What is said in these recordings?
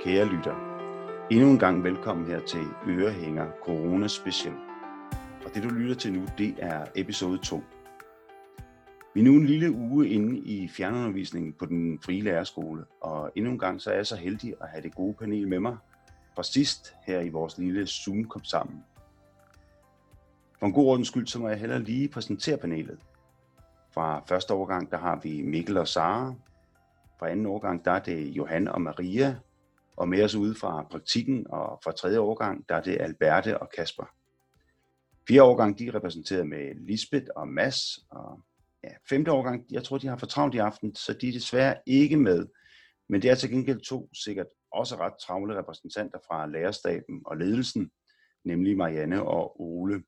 Kære lytter, endnu en gang velkommen her til Ørehænger Corona Special. Og det du lytter til nu, det er episode 2. Vi er nu en lille uge inde i fjernundervisningen på den frie lærerskole, og endnu en gang så er jeg så heldig at have det gode panel med mig fra sidst her i vores lille Zoom kom sammen. For en god ordens skyld, så må jeg hellere lige præsentere panelet. Fra første årgang, der har vi Mikkel og Sara. Fra anden årgang, der er det Johan og Maria. Og med os ude fra praktikken, og fra tredje årgang, der er det Alberte og Kasper. 4. årgang, de er repræsenteret med Lisbeth og Mads. Og 5. årgang, jeg tror, de har for travlt i aften, så de er desværre ikke med. Men det er til gengæld 2 sikkert også ret travle repræsentanter fra lærerstaben og ledelsen, nemlig Marianne og Ole.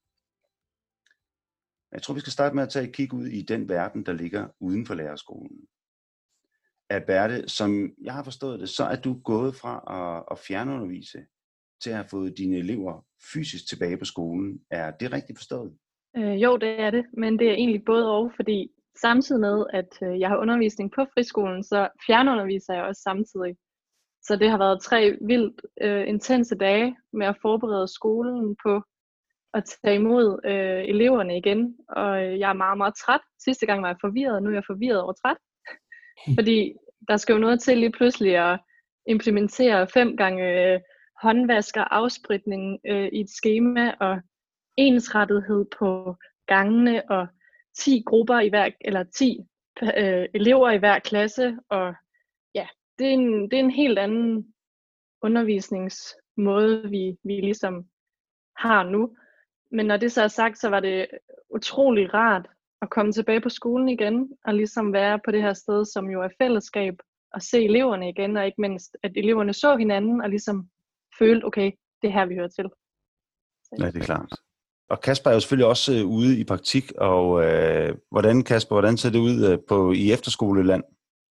Jeg tror, vi skal starte med at tage et kig ud i den verden, der ligger uden for lærerskolen. Alberte, som jeg har forstået det, så er du gået fra at fjernundervise til at have fået dine elever fysisk tilbage på skolen. Er det rigtigt forstået? Jo, det er det, men det er egentlig både og, fordi samtidig med, at jeg har undervisning på friskolen, så fjernunderviser jeg også samtidig. Så det har været 3 vildt intense dage med at forberede skolen på at tage imod eleverne igen. Og jeg er meget, meget træt. Sidste gang var jeg forvirret, nu er jeg forvirret over træt. Fordi der skal jo noget til lige pludselig at implementere 5 gange håndvask og afspritning i et skema, og ensrettethed på gangene, og 10 grupper i hver, eller 10 elever i hver klasse. Og ja, det er en helt anden undervisningsmåde, vi ligesom har nu. Men når det så er sagt, så var det utrolig rart at komme tilbage på skolen igen, og ligesom være på det her sted, som jo er fællesskab, og se eleverne igen, og ikke mindst, at eleverne så hinanden, og ligesom følte, okay, det er her, vi hører til. Ja, det er klart. Og Kasper er jo selvfølgelig også ude i praktik, og hvordan ser det ud i efterskoleland?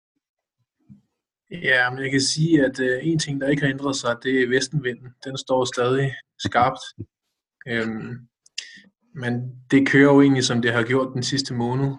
Ja, men jeg kan sige, at en ting, der ikke har ændret sig, det er vestenvinden. Den står stadig skarpt. Men det kører jo egentlig, som det har gjort den sidste måned.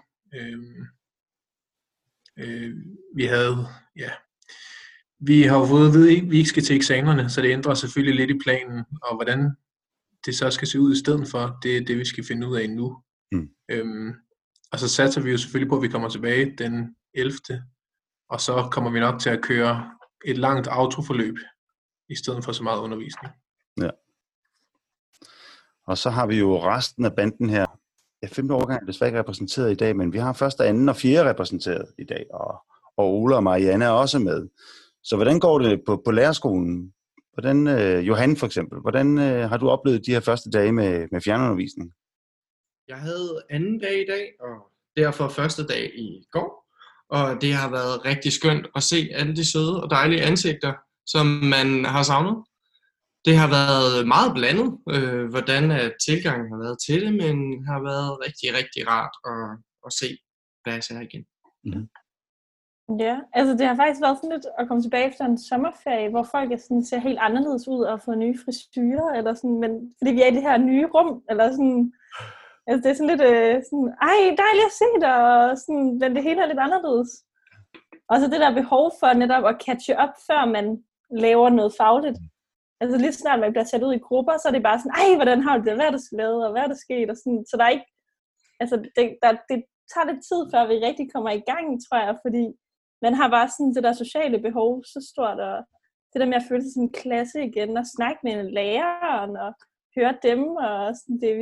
Vi har jo fået at vide, at vi ikke skal til eksamenerne, så det ændrer selvfølgelig lidt i planen, og hvordan det så skal se ud i stedet for, det er det, vi skal finde ud af nu. Og så satser vi jo selvfølgelig på, at vi kommer tilbage den 11. Og så kommer vi nok til at køre et langt autoforløb, i stedet for så meget undervisning. Ja. Og så har vi jo resten af banden her. 5. årgang er desværre ikke repræsenteret i dag, men vi har 1., 2. og 4. repræsenteret i dag, og Ole og Marianne er også med. Så hvordan går det på lærerskolen? Hvordan, Johan for eksempel, hvordan har du oplevet de her første dage med fjernundervisning? Jeg havde 2. dag i dag, og derfor 1. dag i går. Og det har været rigtig skønt at se alle de søde og dejlige ansigter, som man har savnet. Det har været meget blandet, hvordan tilgangen har været til det, men har været rigtig, rigtig rart at se plads her igen. Mm-hmm. Ja, altså det har faktisk været sådan lidt at komme tilbage efter en sommerferie, hvor folk ser helt anderledes ud og får nye frisyrer, eller sådan, men fordi vi er i det her nye rum, eller sådan, altså det er sådan lidt ej, dejligt at se dig, og sådan, men det hele er lidt anderledes. Og så det der behov for netop at catche op, før man laver noget fagligt. Altså lige snart man bliver sat ud i grupper, så er det bare sådan, ej, hvordan har du det, hvad er der lavet, og hvad er der sket, og sådan, så der er ikke, altså det tager lidt tid, før vi rigtig kommer i gang, tror jeg, fordi man har bare sådan det der sociale behov så stort, og det der med at føle sig som en klasse igen, og snakke med læreren, og høre dem, og sådan, det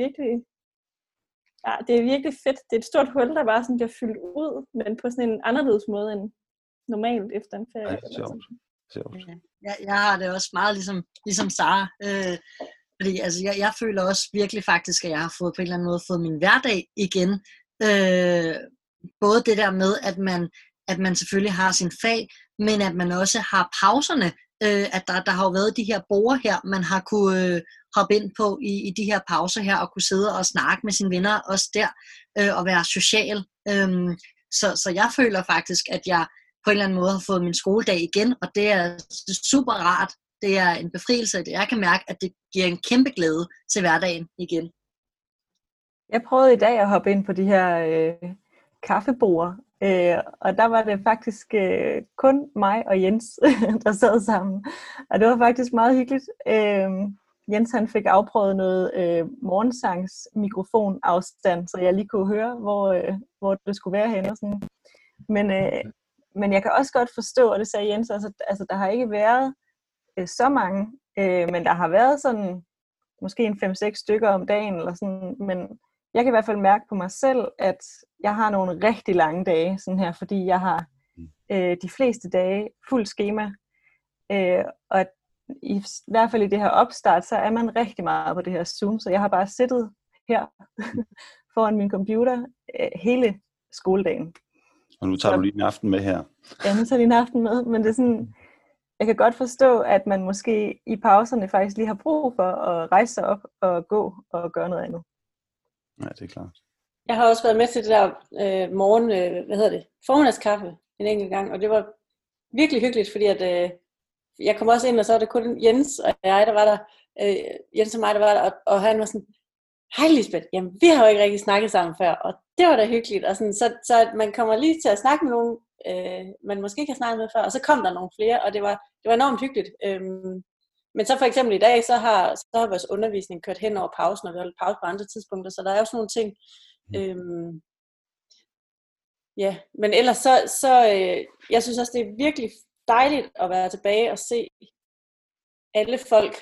er virkelig fedt. Det er et stort hul, der bare sådan bliver fyldt ud, men på sådan en anderledes måde end normalt efter en ferie. Jeg har det også meget ligesom Sara, fordi altså, jeg føler også virkelig faktisk, at jeg har fået på en eller anden måde fået min hverdag igen. Både det der med, at man selvfølgelig har sin fag, men at man også har pauserne, at der har jo været de her borde her, man har kunne hoppe ind på i de her pauser her, og kunne sidde og snakke med sine venner også der, og være social. Så jeg føler faktisk, at jeg på en eller anden måde har fået min skoledag igen, og det er super rart. Det er en befrielse, at jeg kan mærke, at det giver en kæmpe glæde til hverdagen igen. Jeg prøvede i dag at hoppe ind på de her kaffebord, og der var det faktisk kun mig og Jens, der sad sammen. Og det var faktisk meget hyggeligt. Jens han fik afprøvet noget morgensangs mikrofonafstand, så jeg lige kunne høre, hvor det skulle være henne og sådan. Men jeg kan også godt forstå, og det sagde Jens også, altså der har ikke været så mange, men der har været sådan måske en 5-6 stykker om dagen eller sådan, men jeg kan i hvert fald mærke på mig selv, at jeg har nogle rigtig lange dage sådan her, fordi jeg har de fleste dage fuld schema, og i hvert fald i det her opstart, så er man rigtig meget på det her Zoom, så jeg har bare siddet her foran min computer hele skoledagen. Og nu tager du lige en aften med her. Ja, nu tager jeg lige en aften med, men det er sådan, jeg kan godt forstå, at man måske i pauserne faktisk lige har brug for at rejse sig op og gå og gøre noget andet. Ja, det er klart. Jeg har også været med til det der formiddagskaffe en enkelt gang, og det var virkelig hyggeligt, fordi at jeg kom også ind, og så var det kun Jens og jeg, der var der. Jens og mig, der var der, og han var sådan, hej Lisbeth, jamen vi har jo ikke rigtig snakket sammen før, og det var da hyggeligt. Og sådan, så man kommer lige til at snakke med nogen, man måske ikke har snakket med før, og så kom der nogle flere, og det var enormt hyggeligt. Men så for eksempel i dag, så har vores undervisning kørt hen over pausen, og vi holdt pause på andre tidspunkter, så der er jo sådan nogle ting. Ja, men ellers så jeg synes også, det er virkelig dejligt at være tilbage og se alle folk.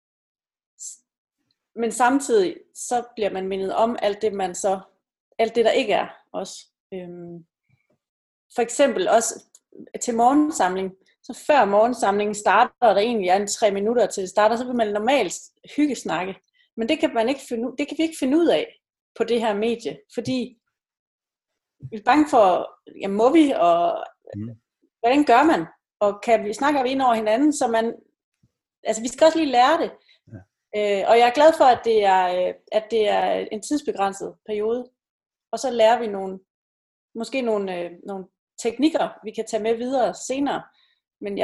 Men samtidig så bliver man mindet om alt det der ikke er også. For eksempel også til morgensamling. Så før morgensamlingen starter, og der egentlig er 3 minutter til det starter, så vil man normalt hyggesnakke. Men det kan vi ikke finde ud af på det her medie, fordi vi er bange for, må vi, og hvordan gør man? Og snakker vi ind over hinanden, så vi skal også lige lære det. Ja. Og jeg er glad for, at det er en tidsbegrænset periode. Og så lærer vi nogle teknikker, vi kan tage med videre senere. Men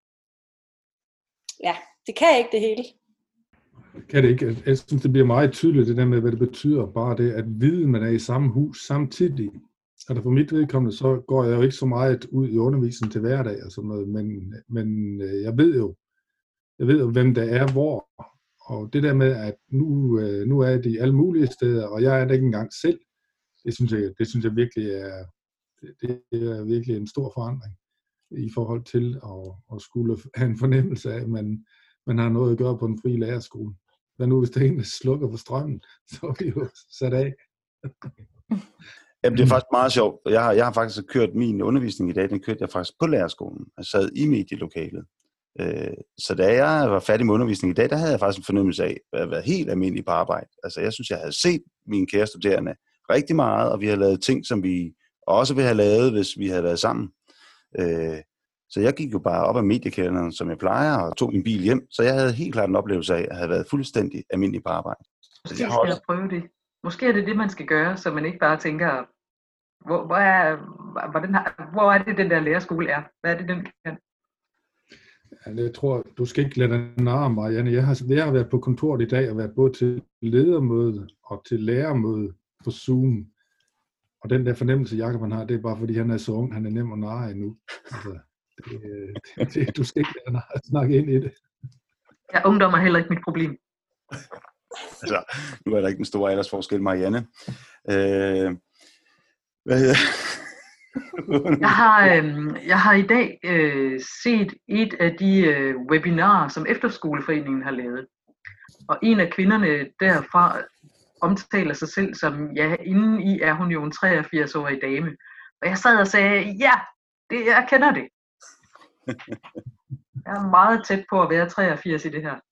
det kan ikke det hele. Kan det ikke? Jeg synes, det bliver meget tydeligt, det der med, hvad det betyder. Bare det, at vide, man er i samme hus samtidig. Altså for mit vedkommende, så går jeg jo ikke så meget ud i undervisningen til hverdag og sådan noget, men jeg ved jo, hvem der er hvor. Og det der med, at nu er de alle mulige steder, og jeg er der ikke engang selv, det synes jeg virkelig er virkelig en stor forandring i forhold til at skulle have en fornemmelse af, at man har noget at gøre på en fri lærerskole. Hvad nu, hvis det ene slukker for strømmen, så er vi jo sat af. Jamen, det er faktisk meget sjovt. Jeg har faktisk kørt min undervisning i dag, den kørte jeg faktisk på lærerskolen. Jeg sad i medielokalet. Så da jeg var færdig med undervisning i dag, der havde jeg faktisk en fornemmelse af at være helt almindelig på arbejde. Altså, jeg synes, jeg havde set mine kære studerende rigtig meget, og vi har lavet ting, som vi også ville have lavet, hvis vi havde været sammen. Så jeg gik jo bare op ad mediekælderen, som jeg plejer, og tog min bil hjem. Så jeg havde helt klart en oplevelse af at have været fuldstændig almindelig på arbejde. Måske skal jeg prøve det. Måske er det, man skal gøre, så man ikke bare tænker, hvor er det, den der lærerskole er? Hvad er det, den kan? Ja, jeg tror, du skal ikke lade dig narre, Marianne. Jeg har været på kontoret i dag og været både til ledermøde og til lærermøde på Zoom. Og den der fornemmelse, Jakob har, det er bare fordi, han er så ung, han er nem at narre endnu. Altså, du skal ikke lade dig snakke ind i det. Ja, ungdom er heller ikke mit problem. Altså, nu er der ikke en stor aldersforskel, Marianne. Hvad hedder Jeg har i dag set et af de webinarer, som Efterskoleforeningen har lavet. Og en af kvinderne derfra omtaler sig selv som, inden i er hun jo en 83-årig dame. Og jeg sad og sagde, jeg kender det. Jeg er meget tæt på at være 83 i det her.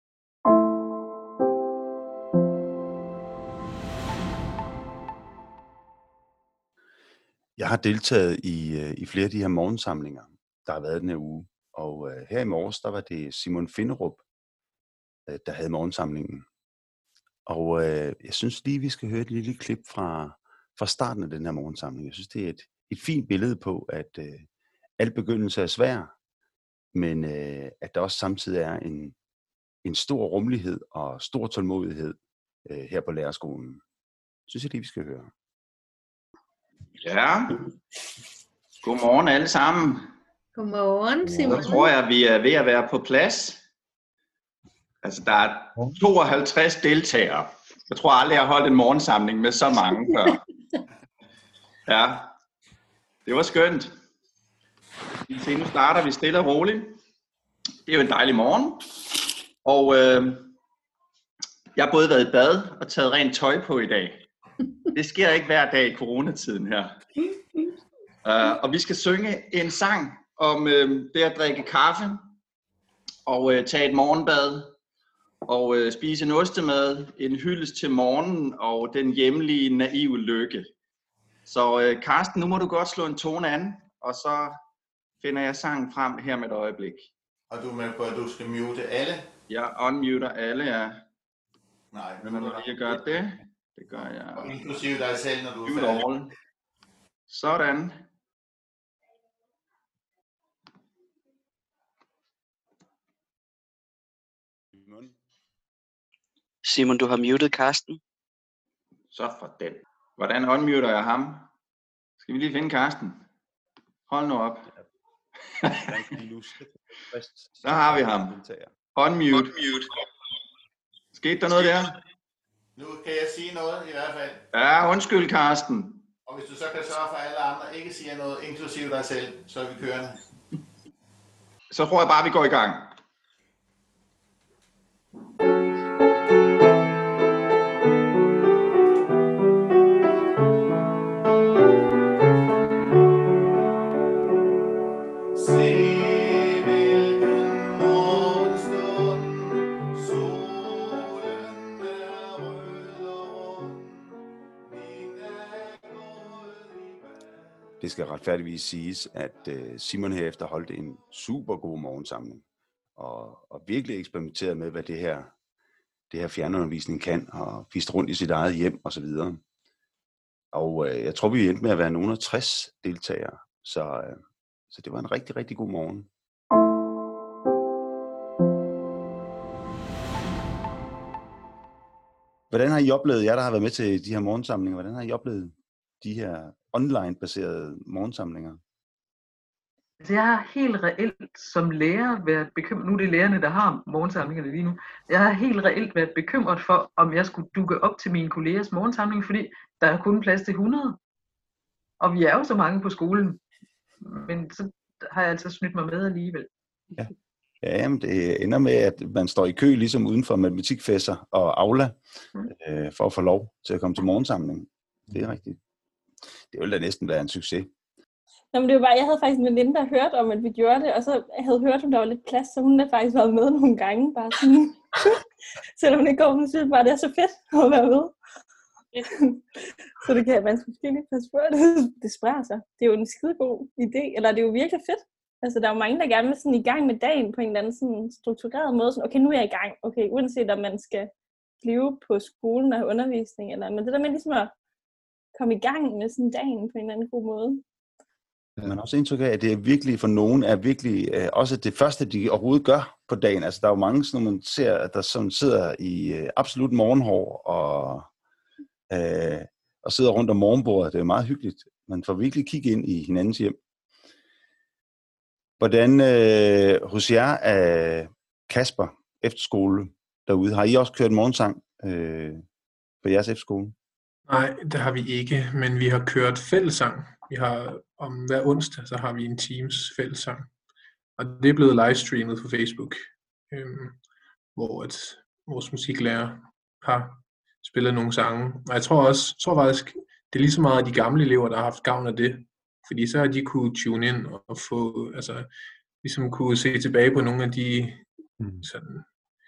Jeg har deltaget i flere af de her morgensamlinger, der har været den her uge. Og her i morges, der var det Simon Finderup, der havde morgensamlingen. Og jeg synes lige, vi skal høre et lille klip fra starten af den her morgensamling. Jeg synes, det er et fint billede på, at al begyndelse er svær, men at der også samtidig er en stor rummelighed og stor tålmodighed her på lærerskolen. Jeg synes lige, vi skal høre. Ja. Godmorgen alle sammen. Godmorgen, Simon. Så tror jeg, vi er ved at være på plads. Altså, der er 52 deltagere. Jeg tror aldrig, jeg har holdt en morgensamling med så mange før. Ja, det var skønt. Nu starter vi stille og roligt. Det er jo en dejlig morgen. Og jeg har både været i bad og taget rent tøj på i dag. Det sker ikke hver dag i coronatiden her. Og vi skal synge en sang om det at drikke kaffe og tage et morgenbad og spise en ostemad, en hyldest til morgenen og den hjemlige naive lykke. Så Karsten, nu må du godt slå en tone an, og så finder jeg sangen frem her med et øjeblik. Og du er med på, at du skal mute alle? Jeg unmuter alle, ja. Nej, men når jeg gør det, det gør jeg. Og inklusive dig selv, når du er færdig. Sådan. Simon, du har muted Karsten. Så for den. Hvordan unmuter jeg ham? Skal vi lige finde Karsten? Hold nu op. Så har vi ham. Unmute. Skete der noget der? Nu kan jeg sige noget i hvert fald. Ja, undskyld Karsten. Og hvis du så kan sørge for, at alle andre ikke siger noget, inklusive dig selv, så er vi kørende. Så tror jeg bare, vi går i gang. Det skal retfærdigvis siges, at Simon herefter holdt en super god morgensamling, og virkelig eksperimenteret med, hvad det her fjernundervisning kan, og vist rundt i sit eget hjem osv. Og jeg tror, vi endte med at være nogen af 60 deltagere, så det var en rigtig, rigtig god morgen. Hvordan har I oplevet, jer der har været med til de her morgensamlinger, hvordan har I oplevet de her online-baserede morgensamlinger? Jeg har helt reelt som lærer været bekymret, nu er det lærerne, der har morgensamlingerne lige nu, jeg har helt reelt været bekymret for, om jeg skulle dukke op til mine kollegers morgensamling, fordi der er kun plads til 100. Og vi er jo så mange på skolen, men så har jeg altså snydt mig med alligevel. Ja. Ja, men det ender med, at man står i kø ligesom uden for matematikfæsser og Aula, for at få lov til at komme til morgensamling. Det er rigtigt. Det ville da næsten være en succes. Nå, men det var bare, jeg havde faktisk en veninde, der hørte om, at vi gjorde det, og så havde hørt, om der var lidt plads, så hun har faktisk været med nogle gange, bare sådan, selvom hun ikke går, hun synes bare, det er så fedt at være med. Så det kan man måske ikke passe på, det spreder sig. Det er jo en skidegod idé, eller det er jo virkelig fedt. Altså, der er jo mange, der gerne vil sådan i gang med dagen på en eller anden sådan struktureret måde. Sådan, okay, nu er jeg i gang. Okay, uanset om man skal blive på skolen og have undervisning, eller, men det der med ligesom at komme i gang med sådan dagen på en eller anden god måde. Man har også indtryk af, at det er virkelig for nogen er virkelig også det første, de overhovedet gør på dagen. Altså, der er jo mange, sådan, man ser, der sådan sidder i absolut morgenhår og sidder rundt om morgenbordet. Det er meget hyggeligt. Man får virkelig kigge ind i hinandens hjem. Hvordan hos jer, Kasper, efterskole derude, har I også kørt morgensang på jeres efterskole? Nej, det har vi ikke, men vi har kørt fællessang. Vi har om hver onsdag, så har vi en Teams fællessang. Og det er blevet livestreamet på Facebook, hvor vores musiklærer har spillet nogle sange. Og jeg tror faktisk, det er lige så meget af de gamle elever, der har haft gavn af det. Fordi så har de kunne tune ind og få, altså ligesom kunne se tilbage på nogle af de sådan,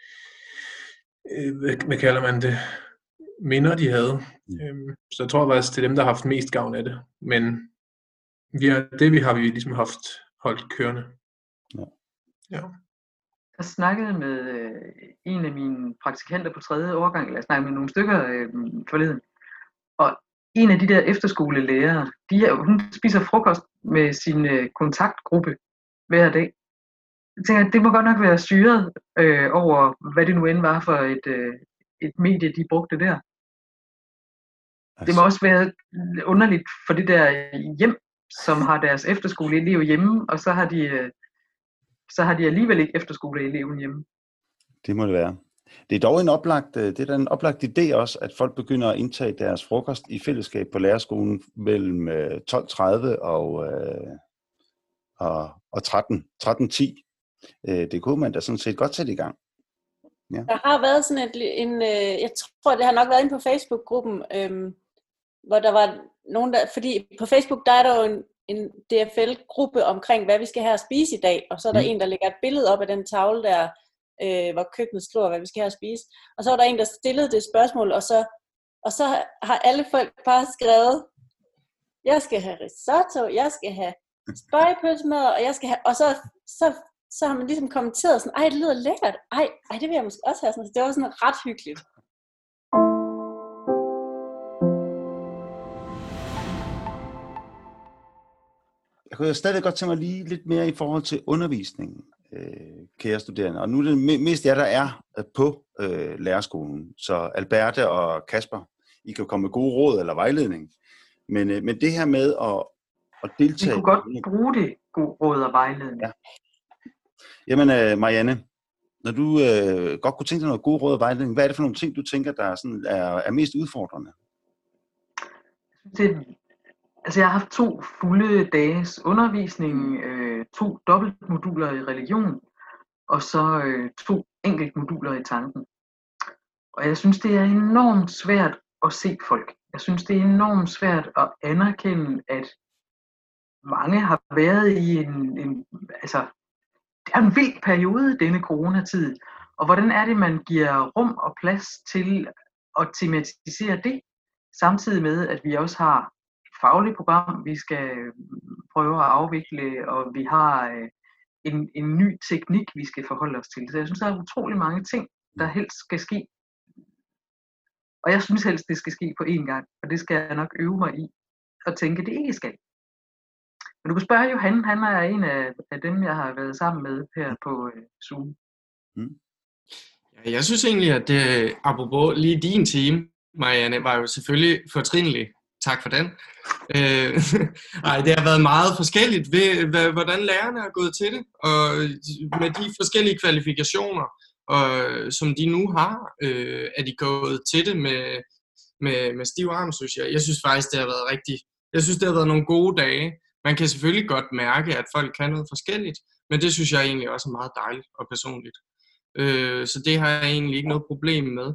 hvad kalder man det, minder de havde. Så jeg tror faktisk, det er dem, der har haft mest gavn af det. Men vi har ligesom haft holdt kørende. Ja. Jeg snakkede med en af mine praktikanter på 3. årgang, eller jeg snakkede med nogle stykker forleden. Og en af de der efterskolelærere, hun spiser frokost med sin kontaktgruppe hver dag. Jeg tænker, at det må godt nok være styret over, hvad det nu end var for et medie, de brugte der. Det må også være underligt for det der hjem, som har deres efterskoleelev hjemme, og så har de alligevel ikke efterskoleeleven hjemme. Det må det være. Det er dog en oplagt idé også, at folk begynder at indtage deres frokost i fællesskab på lærerskolen mellem 12:30 og 13:10. Det kunne man da sådan set godt sætte i gang. Ja. Der har været sådan jeg tror det har nok været inde på Facebook-gruppen, hvor der var nogen der, fordi på Facebook der er der jo en DFL-gruppe omkring, hvad vi skal have at spise i dag, og så er der en, der lægger et billede op af den tavle der, hvor køkkenet skriver, hvad vi skal have at spise. Og så var der en, der stillede det spørgsmål, og så har alle folk bare skrevet, jeg skal have risotto, jeg skal have spøjepølsemad, og jeg skal have, og så har man ligesom kommenteret sådan, ej, det lyder lækkert, ej, det vil jeg måske også have. Sådan. Så det var sådan ret hyggeligt. Jeg kunne stadig godt tænke mig lige lidt mere i forhold til undervisningen, kære studerende. Og nu er det mest jer, der er på lærerskolen. Så Alberte og Kasper, I kan komme med gode råd eller vejledning. Men det her med at deltage... Vi kunne godt bruge det, gode råd og vejledning. Ja. Jamen, Marianne, når du godt kunne tænke dig noget gode råd og vejledning, hvad er det for nogle ting, du tænker, der sådan er mest udfordrende? Jeg har haft 2 fulde dages undervisning, 2 dobbeltmoduler i religion, og så 2 enkeltmoduler i tanken. Og jeg synes, det er enormt svært at se folk. Jeg synes, det er enormt svært at anerkende, at mange har været i det er en vild periode, denne coronatid. Og hvordan er det, man giver rum og plads til at tematisere det, samtidig med, at vi også har et fagligt program, vi skal prøve at afvikle, og vi har en ny teknik, vi skal forholde os til. Så jeg synes, der er utrolig mange ting, der helst skal ske. Og jeg synes helst, det skal ske på én gang, og det skal jeg nok øve mig i at tænke, det ikke skal. Men du kan spørge Johan, han er en af dem, jeg har været sammen med her på Zoom. Jeg synes egentlig, at det, apropos lige din team, Marianne, var jo selvfølgelig fortrinlig. Tak for den. Det har været meget forskelligt ved, hvordan lærerne har gået til det, og med de forskellige kvalifikationer, som de nu har, er de gået til det med stiv arm, synes jeg. Jeg synes faktisk, det har været jeg synes, det har været nogle gode dage. Man kan selvfølgelig godt mærke, at folk kan noget forskelligt, men det synes jeg egentlig også er meget dejligt og personligt. Så det har jeg egentlig ikke noget problem med.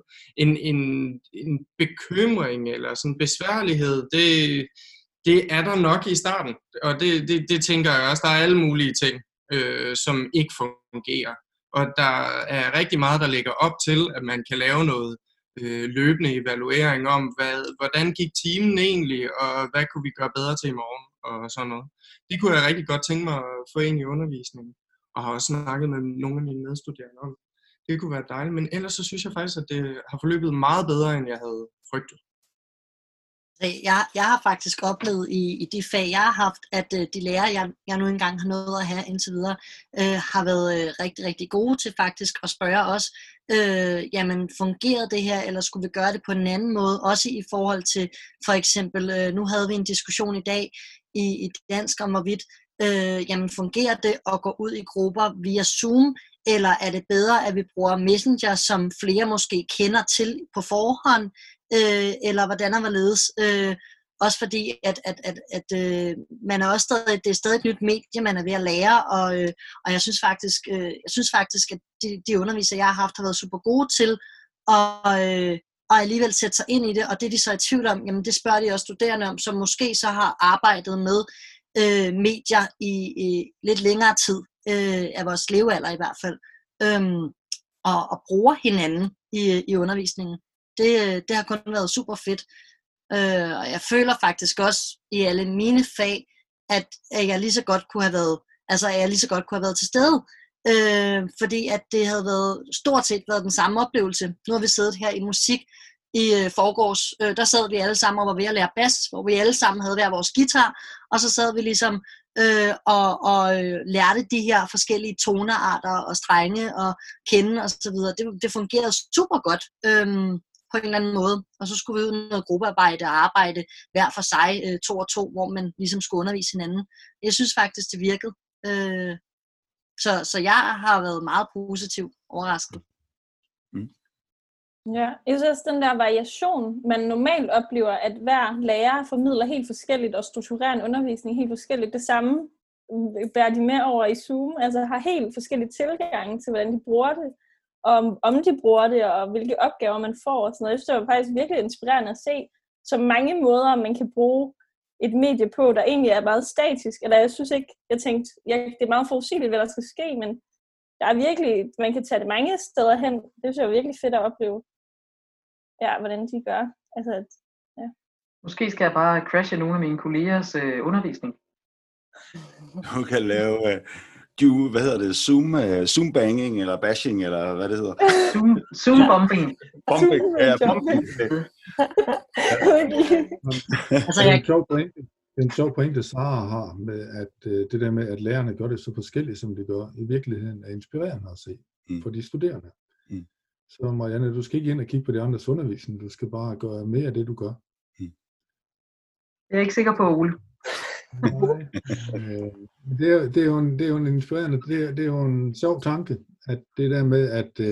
En bekymring eller sådan besværlighed, det er der nok i starten, og det tænker jeg også. Der er alle mulige ting, som ikke fungerer, og der er rigtig meget, der ligger op til, at man kan lave noget løbende evaluering om, hvordan gik timen egentlig, og hvad kunne vi gøre bedre til i morgen, og sådan noget. Det kunne jeg rigtig godt tænke mig at få ind i undervisningen, og har også snakket med nogle af mine medstuderende om. Det kunne være dejligt, men ellers så synes jeg faktisk, at det har forløbet meget bedre, end jeg havde frygtet. Jeg har faktisk oplevet i de fag, jeg har haft, at de lærere, jeg nu engang har nået at have indtil videre, har været rigtig, rigtig gode til faktisk at spørge os, jamen fungerede det her, eller skulle vi gøre det på en anden måde, også i forhold til for eksempel, nu havde vi en diskussion i dag i dansk om hvorvidt, jamen fungerer det at gå ud i grupper via Zoom, eller er det bedre, at vi bruger Messenger, som flere måske kender til på forhånd, eller hvordan og hvorledes. Også fordi, at man er også stadig, det er stadig et nyt medie, man er ved at lære, og jeg synes faktisk, at de undervisere, jeg har haft, har været super gode til at alligevel sætte sig ind i det, og det de så er i tvivl om, jamen det spørger de også studerende om, som måske så har arbejdet med medier i lidt længere tid, af vores levealder i hvert fald, og bruger hinanden i undervisningen. Det har kun været super fedt. Og jeg føler faktisk også i alle mine fag, at jeg lige så godt kunne have været, til stede. Fordi at det havde stort set været den samme oplevelse. Nu har vi siddet her i musik i forgårs. Der sad vi alle sammen og var ved at lære bas, hvor vi alle sammen havde hver vores guitar, og så sad vi ligesom og lærte de her forskellige tonearter og strenge og kende og så videre. Det fungerede super godt på en eller anden måde, og så skulle vi ud i noget gruppearbejde og arbejde hver for sig, 2 og 2, hvor man ligesom skulle undervise hinanden. Jeg synes faktisk, det virkede. Så jeg har været meget positivt overrasket. Ja, jeg synes den der variation, man normalt oplever, at hver lærer formidler helt forskelligt og strukturerer en undervisning helt forskelligt. Det samme bærer de med over i Zoom, altså har helt forskellige tilgange til, hvordan de bruger det, og om de bruger det, og hvilke opgaver man får og sådan noget. Jeg synes, det var faktisk virkelig inspirerende at se, så mange måder, man kan bruge et medie på, der egentlig er meget statisk. Eller jeg synes ikke, jeg tænkte, det er meget forudsigeligt, hvad der skal ske, men der er virkelig, man kan tage det mange steder hen. Det synes jeg er virkelig fedt at opleve. Ja, hvordan de gør. Altså, ja. Måske skal jeg bare crashe nogle af mine kollegers undervisning. Du kan lave, hvad hedder det, Zoom banging, eller bashing, eller hvad det hedder? Zoom bombing. Bombing, ja, bombing. Altså, det er en sjov pointe, Sara har, med at det der med, at lærerne gør det så forskelligt, som de gør, i virkeligheden er inspirerende at se for de studerende. Så Marianne, du skal ikke ind og kigge på de andres undervisning, du skal bare gøre mere af det, du gør. Jeg er ikke sikker på, Ole. Nej. Det er jo en inspirerende, det er jo en sjov tanke, at det der med,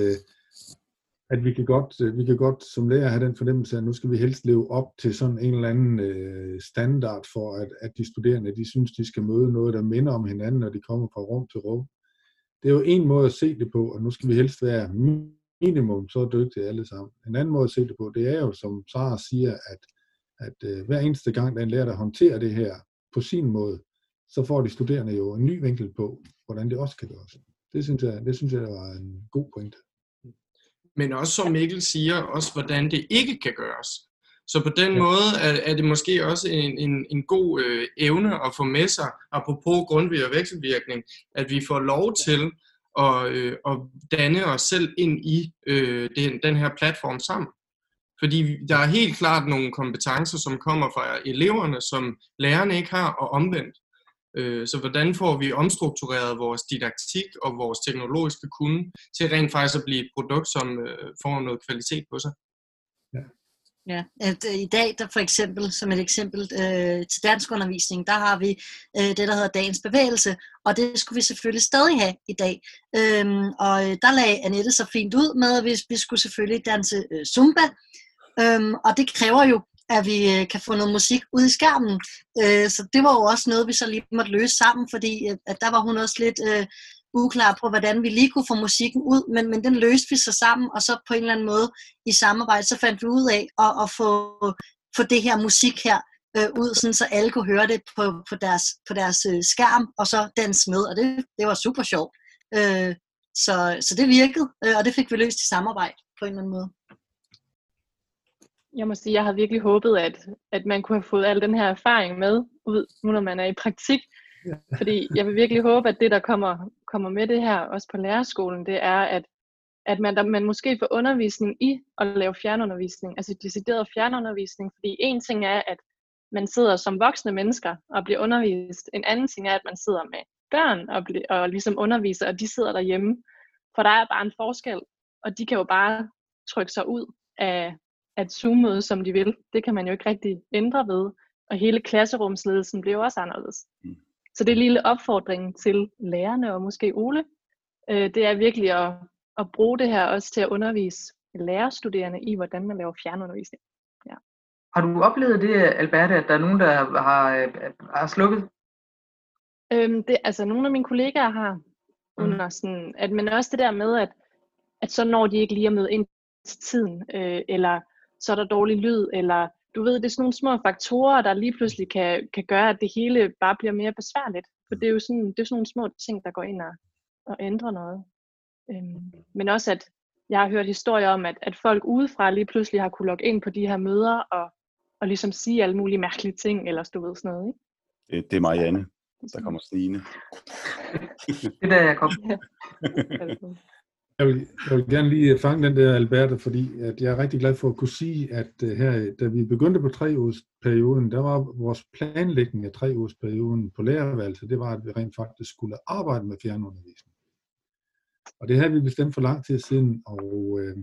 at vi kan godt som lærer have den fornemmelse, at nu skal vi helst leve op til sådan en eller anden standard for, at de studerende, de synes, de skal møde noget, der minder om hinanden, når de kommer fra rum til rum. Det er jo en måde at se det på, og nu skal vi helst være minimum så dygtige alle sammen. En anden måde at se det på, det er jo, som Sara siger, at hver eneste gang, der er en lærer, der håndterer det her på sin måde, så får de studerende jo en ny vinkel på, hvordan det også kan gøres. Det synes jeg var en god pointe. Men også, som Mikkel siger, også hvordan det ikke kan gøres. Så på den måde er det måske også en god evne at få med sig, apropos Grundtvig og vekselvirkning, at vi får lov til at danne os selv ind i den her platform sammen. Fordi der er helt klart nogle kompetencer, som kommer fra eleverne, som lærerne ikke har, og omvendt. Så hvordan får vi omstruktureret vores didaktik og vores teknologiske kunde til rent faktisk at blive et produkt, som får noget kvalitet på sig? Ja, at i dag, der for eksempel, som et eksempel til danskundervisning, der har vi det, der hedder dagens bevægelse, og det skulle vi selvfølgelig stadig have i dag. Og der lagde Annette så fint ud med, at vi skulle selvfølgelig danse Zumba, og det kræver jo, at vi kan få noget musik ud i skærmen. Så det var jo også noget, vi så lige måtte løse sammen, fordi at der var hun også lidt uklar på, hvordan vi lige kunne få musikken ud, men den løste vi så sammen, og så på en eller anden måde i samarbejde, så fandt vi ud af at få det her musik her ud, sådan, så alle kunne høre det på deres skærm, og så danse med, og det var super sjovt. Så det virkede, og det fik vi løst i samarbejde på en eller anden måde. Jeg må sige, jeg havde virkelig håbet, at man kunne have fået al den her erfaring med ud, nu når man er i praktik. Fordi jeg vil virkelig håbe, at det, der kommer med det her, også på lærerskolen, det er, at man måske får undervisning i at lave fjernundervisning, altså decideret fjernundervisning. Fordi en ting er, at man sidder som voksne mennesker og bliver undervist. En anden ting er, at man sidder med børn og ligesom underviser, og de sidder derhjemme. For der er bare en forskel, og de kan jo bare trykke sig ud af et Zoom-møde, som de vil. Det kan man jo ikke rigtig ændre ved. Og hele klasserumsledelsen bliver også anderledes. Så det er en lille opfordring til lærerne og måske Ole. Det er virkelig at bruge det her også til at undervise lærerstuderende i, hvordan man laver fjernundervisning. Ja. Har du oplevet det, Alberte, at der er nogen, der har slukket? Altså nogle af mine kollegaer har under sådan, at men også det der med, at så når de ikke lige er med ind til tiden, eller så er der dårlig lyd, eller du ved, det er sådan nogle små faktorer, der lige pludselig kan gøre, at det hele bare bliver mere besværligt. For det er jo sådan nogle små ting, der går ind og ændrer noget. Men også, at jeg har hørt historier om, at folk udefra lige pludselig har kunne logge ind på de her møder, og ligesom sige alle mulige mærkelige ting, eller du ved sådan noget, ikke? Det er Marianne, der kommer snigende. Det er der, jeg kom. Jeg vil gerne lige fange den der, Alberte, fordi at jeg er rigtig glad for at kunne sige, at her, da vi begyndte på 3-årsperioden, der var vores planlægning af 3-årsperioden på lærerværelset, det var, at vi rent faktisk skulle arbejde med fjernundervisning. Og det havde vi bestemt for lang tid siden, og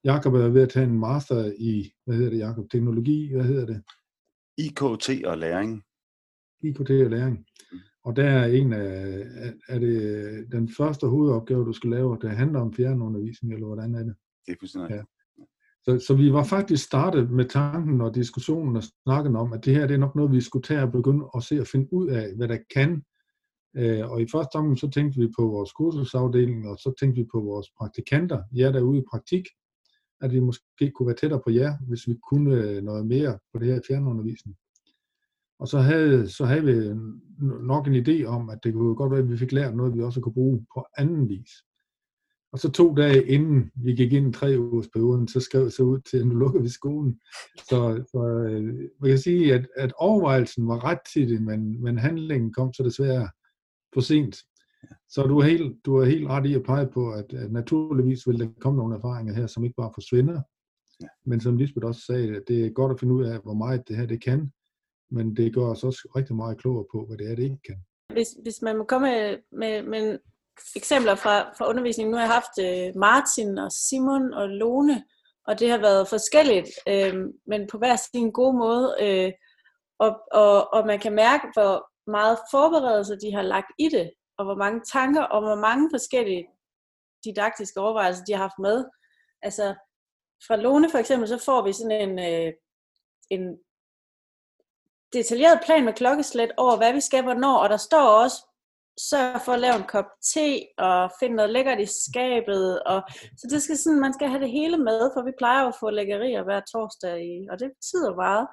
Jakob er ved at tage en master i, hvad hedder det, Jakob? Teknologi, hvad hedder det? IKT og læring. IKT og læring. Og der er en af det, den første hovedopgave, du skal lave, der handler om fjernundervisning, eller hvordan er det? Det er fuldstændig. Ja. Så vi var faktisk startet med tanken og diskussionen og snakken om, at det her det er nok noget, vi skulle tage og begynde at se og finde ud af, hvad der kan. Og i første omgang så tænkte vi på vores kursusafdeling, og så tænkte vi på vores praktikanter, jer derude i praktik, at vi måske kunne være tættere på jer, hvis vi kunne noget mere på det her fjernundervisning. Og så havde vi nok en idé om, at det kunne godt være, at vi fik lært noget, vi også kunne bruge på anden vis. Og så 2 dage inden vi gik ind i 3-ugersperioden, så skrev jeg så ud til, at nu lukker vi skolen. Så man kan sige, at overvejelsen var rettidig, men handlingen kom så desværre for sent. Så du er helt ret i at pege på, at naturligvis vil der komme nogle erfaringer her, som ikke bare forsvinder. Ja. Men som Lisbeth også sagde, at det er godt at finde ud af, hvor meget det her det kan. Men det gør os også rigtig meget klogere på, hvad det er, det ikke kan. Hvis man må komme med eksempler fra undervisningen. Nu har jeg haft Martin og Simon og Lone, og det har været forskelligt, men på hver sin gode måde. Og man kan mærke, hvor meget forberedelse de har lagt i det, og hvor mange tanker, og hvor mange forskellige didaktiske overvejelser, de har haft med. Altså, fra Lone for eksempel, så får vi sådan en detaljeret plan med klokkeslæt over, hvad vi skal, hvornår, og der står også, sørg for at lave en kop te, og finde noget lækkert i skabet, og så det skal sådan, man skal have det hele med, for vi plejer at få lækkerier hver torsdag, og det betyder meget.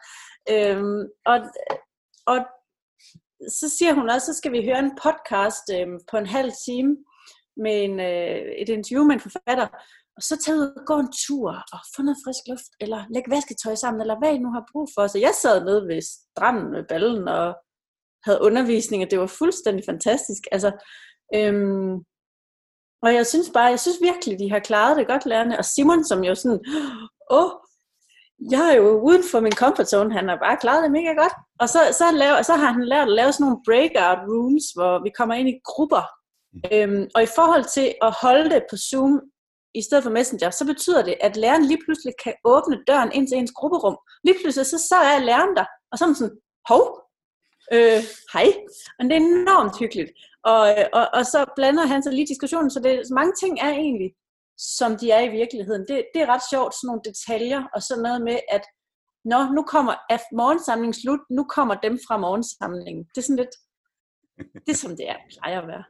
Og så siger hun også, så skal vi høre en podcast på en halv time, med et interview med en forfatter, og så tage ud og gå en tur, og få noget frisk luft, eller lægge vasketøj sammen, eller hvad I nu har brug for. Så jeg sad nede ved stranden med ballen, og havde undervisning, og det var fuldstændig fantastisk. Altså, og jeg synes virkelig, de har klaret det godt, lærerne. Og Simon, som jo sådan, jeg er jo uden for min comfort zone, han har bare klaret det mega godt. Og så har han lært at lave sådan nogle breakout rooms, hvor vi kommer ind i grupper. Og i forhold til at holde det på Zoom, i stedet for Messenger, så betyder det, at læreren lige pludselig kan åbne døren ind til ens grupperum. Lige pludselig, så er læreren der, og så er man sådan, hov, hej. Og det er enormt hyggeligt. Og så blander han sig lige diskussionen, så så mange ting er egentlig, som de er i virkeligheden. Det er ret sjovt, sådan nogle detaljer, og sådan noget med, at nu kommer morgensamlingen slut, nu kommer dem fra morgensamlingen. Det er sådan lidt, det er som det plejer at være.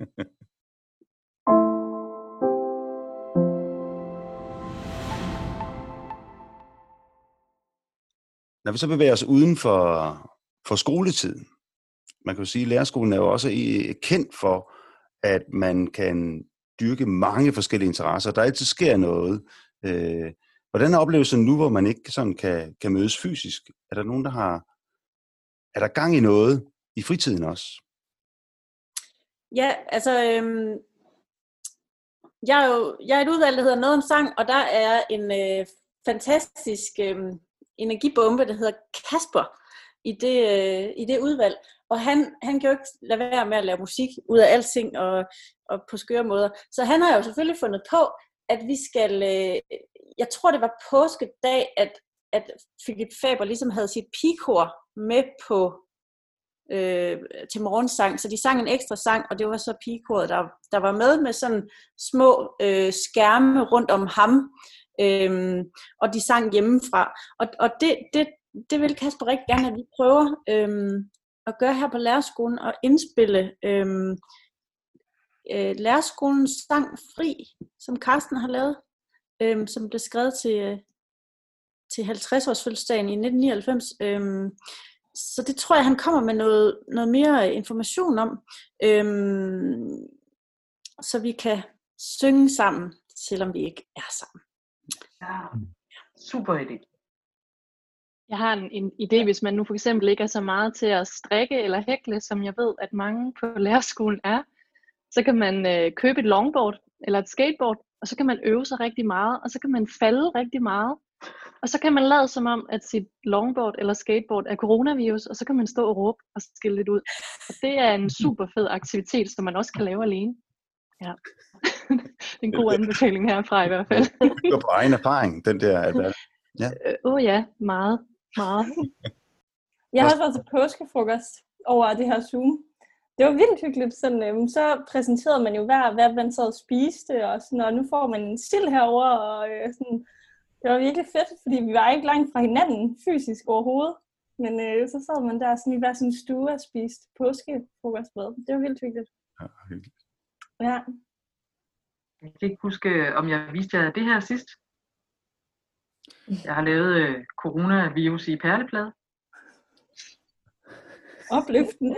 Når vi så bevæger os uden for skoletiden, man kan jo sige, at lærerskolen er jo også kendt for, at man kan dyrke mange forskellige interesser. Der altid sker noget. Hvordan er oplevelsen nu, hvor man ikke sådan kan mødes fysisk? Er der nogen, er der gang i noget i fritiden også? Ja, altså, jeg er et udvalg, der hedder Noget om Sang, og der er en fantastisk energibombe, der hedder Kasper, i det udvalg. Og han kan jo ikke lade være med at lave musik ud af alting og på skøre måder. Så han har jo selvfølgelig fundet på, at vi skal, jeg tror det var påskedag, at Philip Faber ligesom havde sit pigekor med på til morgensang, så de sang en ekstra sang, og det var så pigekoret, der var med sådan små skærme rundt om ham, og de sang hjemmefra. Og det vil Kasper rigtig gerne, at vi prøver at gøre her på lærerskolen, og indspille lærerskolens sang Fri, som Carsten har lavet, som blev skrevet til 50-års fødselsdagen i 1999. Så det tror jeg, han kommer med noget mere information om, så vi kan synge sammen, selvom vi ikke er sammen. Ja, super idé. Jeg har en idé, hvis man nu for eksempel ikke er så meget til at strikke eller hækle, som jeg ved, at mange på lærerskolen er, så kan man købe et longboard eller et skateboard, og så kan man øve sig rigtig meget, og så kan man falde rigtig meget. Og så kan man lade som om, at sit longboard eller skateboard er coronavirus, og så kan man stå og råbe og skille lidt ud. Og det er en super fed aktivitet, som man også kan lave alene. Ja. Det er en god anbefaling herfra i hvert fald. Det var på egen erfaring, den der. Ja. Ja, meget, meget. Jeg har også været til påskefrokost over det her Zoom. Det var vildt hyggeligt. Sådan, så præsenterede man jo hvad man sad og spiste, og sådan, og nu får man en sild herover, og sådan. Det var virkelig fedt, fordi vi var ikke langt fra hinanden fysisk overhovedet. Men så sad man der sådan, i hver sin stue og spiste påskefrokostmad. Det var vildt hyggeligt. Ja, hyggeligt. Ja. Jeg kan ikke huske, om jeg viste jer det her sidst. Jeg har lavet coronavirus i perleplade. Opløftende.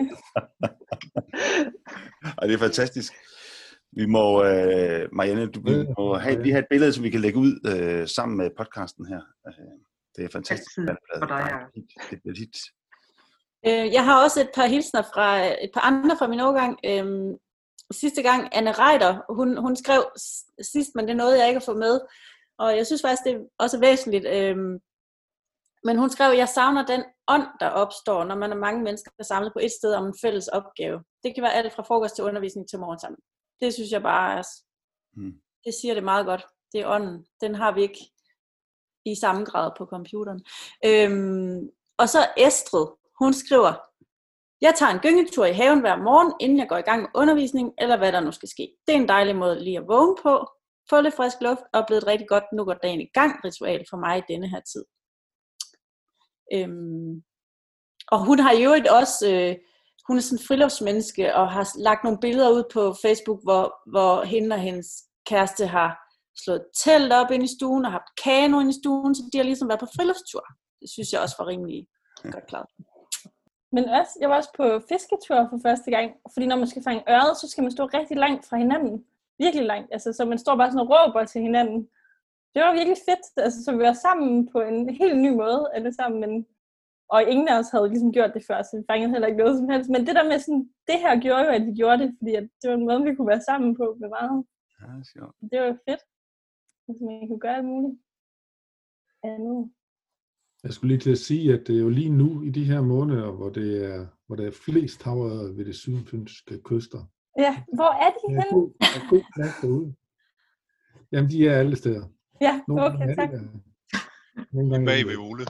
Og det er fantastisk. Vi må, Marianne, vi må have et billede, som vi kan lægge ud sammen med podcasten her. Det er fantastisk. For dig, ja. Det bliver hit. Jeg har også et par hilsner fra et par andre fra min årgang. Sidste gang, Anne Reiter, hun skrev sidst, men det er noget, jeg ikke har fået med. Og jeg synes faktisk, det er også væsentligt. Men hun skrev, jeg savner den ånd, der opstår, når man er mange mennesker, der er samlet på et sted om en fælles opgave. Det kan være alt fra frokost til undervisning til morgensamling. Det synes jeg bare er, det siger det meget godt. Det er ånden. Den har vi ikke i samme grad på computeren. Og så Estrid, hun skriver, jeg tager en gyngetur i haven hver morgen, inden jeg går i gang med undervisning, eller hvad der nu skal ske. Det er en dejlig måde lige at vågne på, få lidt frisk luft, og blevet et rigtig godt, nu går dagen i gang ritual for mig i denne her tid. Og hun har i øvrigt også, hun er sådan en friluftsmenneske, og har lagt nogle billeder ud på Facebook, hvor hende og hendes kæreste har slået telt op ind i stuen, og haft kano ind i stuen, så de har ligesom været på friluftstur. Det synes jeg også var rimelig godt klart. Men også, jeg var også på fisketur for første gang, fordi når man skal fange ørred, så skal man stå rigtig langt fra hinanden. Virkelig langt, altså så man står bare sådan og råber til hinanden. Det var virkelig fedt, altså så vi var sammen på en helt ny måde, alle sammen, men og ingen af os havde ligesom gjort det før, så vi fangede heller ikke noget som helst. Men det der med sådan, det her gjorde jo, at vi gjorde det, fordi at det var en måde, vi kunne være sammen på med meget. Ja, sjovt. Det var fedt, hvis man kunne gøre alt muligt andet. Jeg skulle lige til at sige, at det er jo lige nu i de her måneder, hvor der er flest havørreder ved det sydfynske kyster. Ja, hvor er de henne? Der er god plads derude. Jamen, de er alle steder. Ja, okay, tak. Bag ved Ole.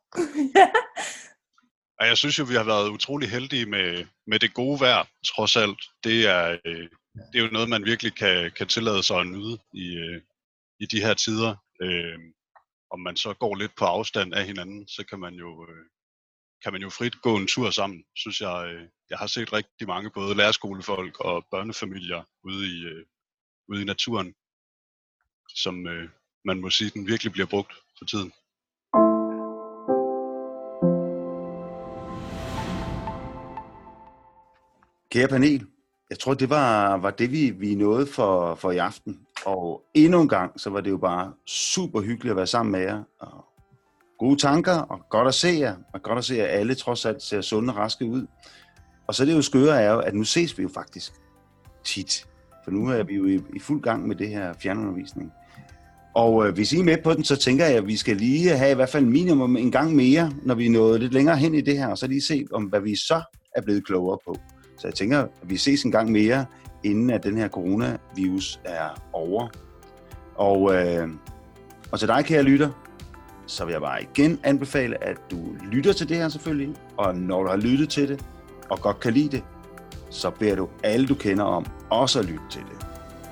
Og jeg synes jo, vi har været utrolig heldige med det gode vejr, trods alt. Det er jo noget, man virkelig kan tillade sig at nyde i de her tider. Om man så går lidt på afstand af hinanden, så kan man jo frit gå en tur sammen, synes jeg. Jeg har set rigtig mange, både lærerskolefolk og børnefamilier ude i naturen, som man må sige, den virkelig bliver brugt for tiden. Kære panel, jeg tror, det var det, vi nåede for i aften. Og endnu en gang, så var det jo bare super hyggeligt at være sammen med jer. Og gode tanker, og godt at se jer. Og godt at se, at alle trods alt ser sunde og raske ud. Og så det jo skøre er jo, at nu ses vi jo faktisk tit. For nu er vi jo i fuld gang med det her fjernundervisning. Og hvis I er med på den, så tænker jeg, at vi skal lige have i hvert fald minimum en gang mere, når vi er nået lidt længere hen i det her. Og så lige se, om hvad vi så er blevet klogere på. Så jeg tænker, at vi ses en gang mere, inden at den her coronavirus er over. Og til dig, kære lytter, så vil jeg bare igen anbefale, at du lytter til det her selvfølgelig. Og når du har lyttet til det, og godt kan lide det, så beder du alle, du kender om, også at lytte til det.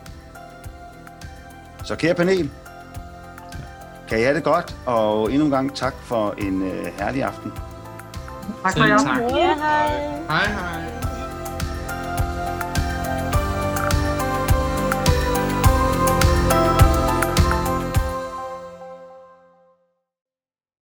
Så kære panel, kan I have det godt, og endnu en gang tak for en herlig aften. Tak for jer. Ja, hej. Hej, hej.